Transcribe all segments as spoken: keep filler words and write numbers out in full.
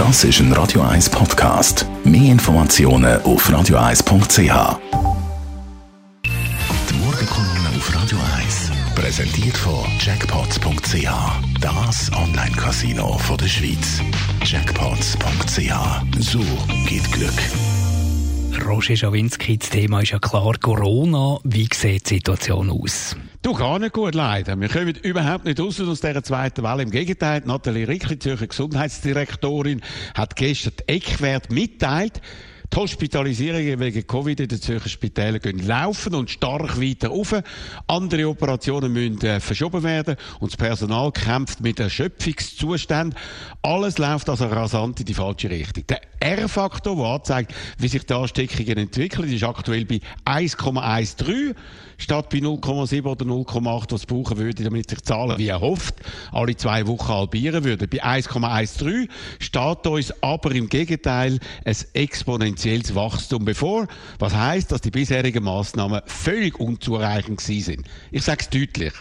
Das ist ein Radio eins Podcast. Mehr Informationen auf radio eins punkt c h. Die Morgenkolumne auf Radio eins. Präsentiert von Jackpots punkt c h. Das Online-Casino der Schweiz. Jackpots punkt c h. So geht Glück. Roger Schawinski, das Thema ist ja klar Corona. Wie sieht die Situation aus? Du, gar nicht gut, leider. Wir kommen überhaupt nicht raus aus dieser zweiten Welle. Im Gegenteil, Nathalie Rickli, Zürcher Gesundheitsdirektorin, hat gestern die Eckwerte mitteilt. Die Hospitalisierungen wegen Covid in den Zürcher Spitälern gehen laufen und stark weiter rauf. Andere Operationen müssen äh, verschoben werden und das Personal kämpft mit Erschöpfungszuständen. Alles läuft also rasant in die falsche Richtung. Der R-Faktor, der anzeigt, wie sich die Ansteckungen entwickeln, ist aktuell bei eins Komma dreizehn statt bei null Komma sieben oder null Komma acht, was es brauchen würde, damit sich Zahlen, wie erhofft, alle zwei Wochen halbieren würden. Bei eins Komma dreizehn steht uns aber im Gegenteil ein exponentielles Wachstum bevor, was heisst, dass die bisherigen Massnahmen völlig unzureichend gewesen sind. Ich sage es deutlich.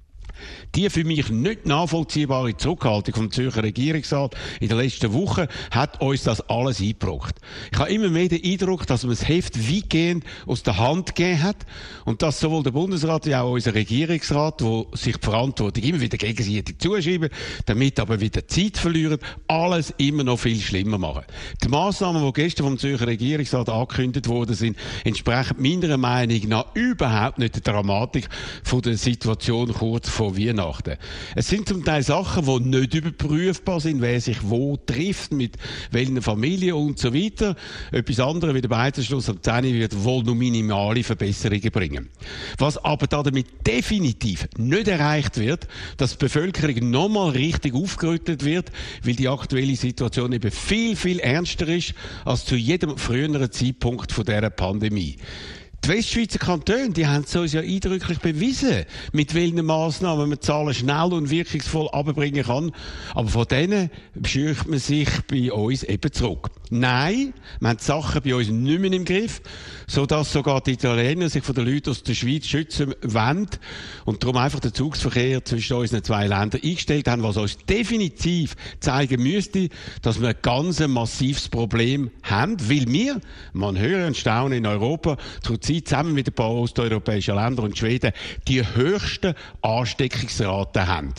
Die für mich nicht nachvollziehbare Zurückhaltung vom Zürcher Regierungsrat in den letzten Wochen hat uns das alles eingebrockt. Ich habe immer mehr den Eindruck, dass man das Heft weitgehend aus der Hand gegeben hat und dass sowohl der Bundesrat wie auch unser Regierungsrat, wo sich die Verantwortung immer wieder gegenseitig zuschieben, damit aber wieder Zeit verlieren, alles immer noch viel schlimmer machen. Die Massnahmen, die gestern vom Zürcher Regierungsrat angekündigt worden sind, entsprechen meiner Meinung nach überhaupt nicht der Dramatik von der Situation kurz vor Weihnachten. Es sind zum Teil Sachen, die nicht überprüfbar sind, wer sich wo trifft, mit welchen Familien und so weiter. Etwas anderes wie der Beitragsschluss am zehn wird wohl nur minimale Verbesserungen bringen. Was aber damit definitiv nicht erreicht wird, dass die Bevölkerung nochmal richtig aufgerüttelt wird, weil die aktuelle Situation eben viel, viel ernster ist als zu jedem früheren Zeitpunkt von dieser Pandemie. Die Westschweizer Kantone, die haben es uns ja eindrücklich bewiesen, mit welchen Massnahmen man Zahlen schnell und wirkungsvoll abbringen kann. Aber von denen scheucht man sich bei uns eben zurück. Nein, wir haben die Sachen bei uns nicht mehr im Griff, sodass sogar die Italiener sich von den Leuten aus der Schweiz schützen wollen und darum einfach den Zugsverkehr zwischen unseren zwei Ländern eingestellt haben, was uns definitiv zeigen müsste, dass wir ein ganz massives Problem haben, weil wir, man hört und staunen in Europa, zurzeit zusammen mit ein paar osteuropäischen Ländern und Schweden die höchsten Ansteckungsraten haben.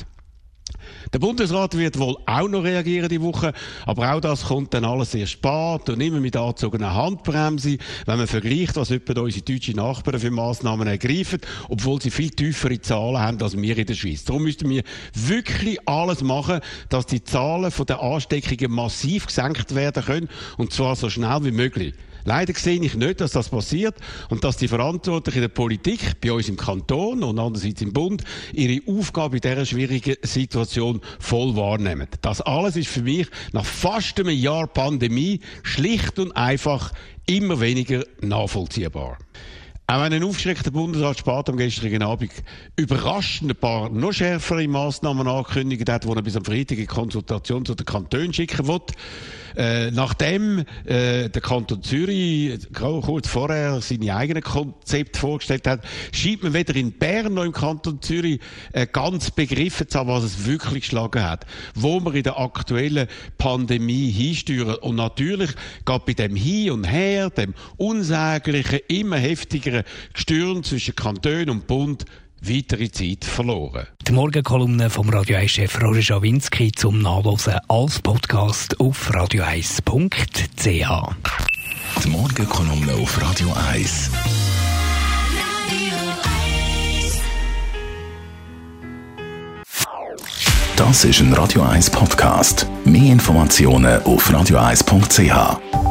Der Bundesrat wird wohl auch noch reagieren die Woche, aber auch das kommt dann alles sehr spät und immer mit angezogener Handbremse, wenn man vergleicht, was etwa unsere deutschen Nachbarn für Massnahmen ergreifen, obwohl sie viel tiefere Zahlen haben als wir in der Schweiz. Darum müssten wir wirklich alles machen, dass die Zahlen von den Ansteckungen massiv gesenkt werden können, und zwar so schnell wie möglich. Leider sehe ich nicht, dass das passiert und dass die Verantwortlichen in der Politik, bei uns im Kanton und andererseits im Bund, ihre Aufgabe in dieser schwierigen Situation voll wahrnehmen. Das alles ist für mich nach fast einem Jahr Pandemie schlicht und einfach immer weniger nachvollziehbar. Auch wenn ein aufgeschreckter Bundesrat spät am gestrigen Abend überraschend ein paar noch schärfere Massnahmen angekündigt hat, die er bis am Freitag in Konsultation zu den Kantonen schicken will. Äh, nachdem äh, der Kanton Zürich kurz vorher seine eigenen Konzepte vorgestellt hat, scheint man weder in Bern noch im Kanton Zürich äh, ganz begriffen zu haben, was es wirklich geschlagen hat. Wo wir in der aktuellen Pandemie hinsteuern. Und natürlich geht bei dem Hin und Her, dem unsäglichen, immer heftigeren Gestirn zwischen Kanton und Bund weitere Zeit verloren. Die Morgenkolumne vom Radio eins-Chef Roger Schawinski zum Nachlesen als Podcast auf radio eins punkt c h. Die Morgenkolumne auf Radio eins. Das ist ein Radio eins Podcast. Mehr Informationen auf radio eins punkt c h.